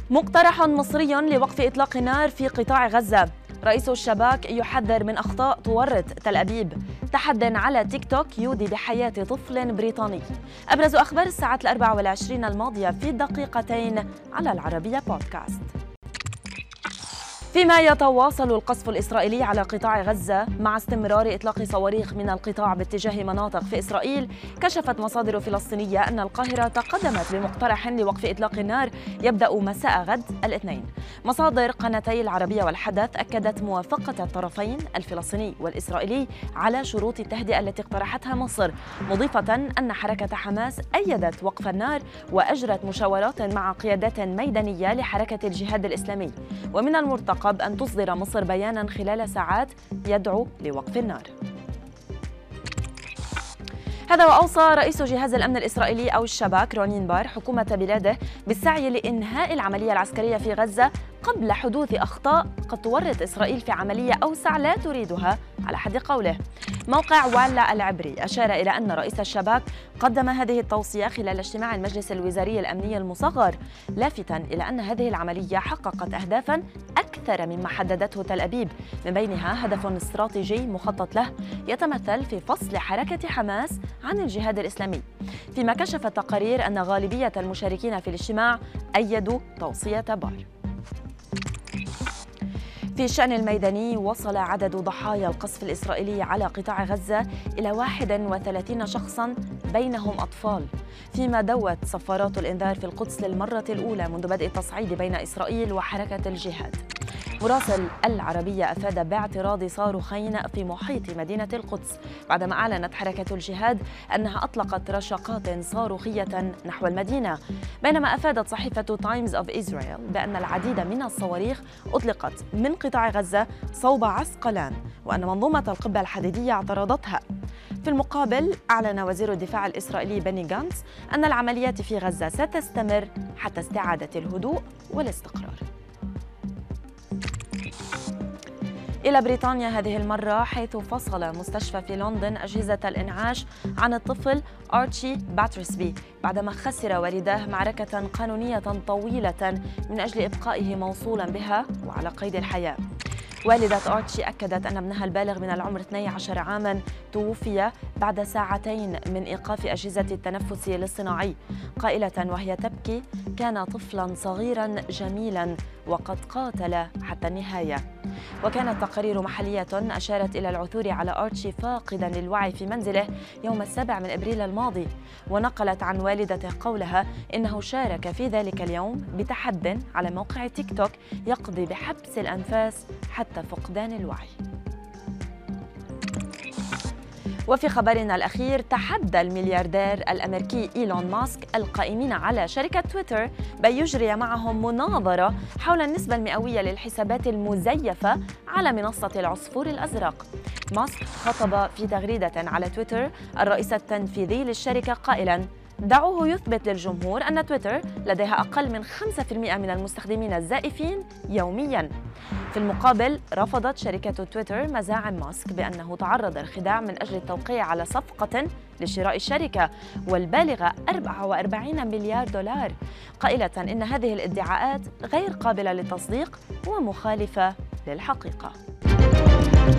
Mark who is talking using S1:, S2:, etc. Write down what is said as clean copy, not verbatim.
S1: مقترح مصري لوقف إطلاق النار في قطاع غزة. رئيس الشباك يحذر من أخطاء تورط تل أبيب. تحد على تيك توك يودي بحياة طفل بريطاني. أبرز أخبار الساعات 24 الماضية في دقيقتين على العربية بودكاست. فيما يتواصل القصف الإسرائيلي على قطاع غزة مع استمرار إطلاق صواريخ من القطاع باتجاه مناطق في إسرائيل، كشفت مصادر فلسطينية أن القاهرة تقدمت بمقترح لوقف إطلاق النار يبدأ مساء غد الاثنين. مصادر قناتي العربية والحدث أكدت موافقة الطرفين الفلسطيني والإسرائيلي على شروط التهدئة التي اقترحتها مصر، مضيفة أن حركة حماس أيدت وقف النار وأجرت مشاورات مع قيادات ميدانية لحركة الجهاد الإسلامي. ومن المرتقب أن تصدر مصر بياناً خلال ساعات يدعو لوقف النار. هذا وأوصى رئيس جهاز الأمن الإسرائيلي أو الشباك رونين بار حكومة بلاده بالسعي لإنهاء العملية العسكرية في غزة قبل حدوث أخطاء قد تورط إسرائيل في عملية أوسع لا تريدها على حد قوله. موقع والا العبري أشار إلى أن رئيس الشباك قدم هذه التوصية خلال اجتماع المجلس الوزاري الأمني المصغر، لافتاً إلى أن هذه العملية حققت أهدافاً أكثر مما حددته تل أبيب، من بينها هدف استراتيجي مخطط له يتمثل في فصل حركة حماس عن الجهاد الإسلامي. فيما كشفت تقارير أن غالبية المشاركين في الاجتماع أيدوا توصية بار. في الشأن الميداني، وصل عدد ضحايا القصف الإسرائيلي على قطاع غزة إلى 31 شخصاً بينهم أطفال، فيما دوت صفارات الإنذار في القدس للمرة الأولى منذ بدء التصعيد بين إسرائيل وحركة الجهاد. مراسل العربية أفاد باعتراض صاروخين في محيط مدينة القدس بعدما أعلنت حركة الجهاد أنها أطلقت رشقات صاروخية نحو المدينة، بينما أفادت صحيفة تايمز أوف إسرائيل بأن العديد من الصواريخ أطلقت من قطاع غزة صوب عسقلان وأن منظومة القبة الحديدية اعترضتها. في المقابل، أعلن وزير الدفاع الإسرائيلي بني غانتس أن العمليات في غزة ستستمر حتى استعادة الهدوء والاستقرار. إلى بريطانيا هذه المرة، حيث فصل مستشفى في لندن أجهزة الإنعاش عن الطفل آرتشي باترسبي بعدما خسر والداه معركة قانونية طويلة من أجل إبقائه موصولا بها وعلى قيد الحياة. والدة آرتشي أكدت أن ابنها البالغ من العمر 12 عاماً توفي بعد ساعتين من إيقاف أجهزة التنفس الاصطناعي، قائلة وهي تبكي: كان طفلاً صغيراً جميلاً وقد قاتل حتى النهاية. وكانت تقارير محلية أشارت إلى العثور على آرتشي فاقداً للوعي في منزله يوم 7 أبريل الماضي، ونقلت عن والدته قولها إنه شارك في ذلك اليوم بتحد على موقع تيك توك يقضي بحبس الأنفاس حتى فقدان الوعي. وفي خبرنا الأخير، تحدى الملياردير الأمريكي إيلون ماسك القائمين على شركة تويتر بأن يجري معهم مناظرة حول النسبة المئوية للحسابات المزيفة على منصة العصفور الأزرق. ماسك خطب في تغريدة على تويتر الرئيس التنفيذي للشركة قائلاً: دعوه يثبت للجمهور أن تويتر لديها أقل من 5% من المستخدمين الزائفين يومياً. في المقابل، رفضت شركة تويتر مزاعم ماسك بأنه تعرض للخداع من أجل التوقيع على صفقة لشراء الشركة والبالغة 44 مليار دولار، قائلة إن هذه الادعاءات غير قابلة للتصديق ومخالفة للحقيقة.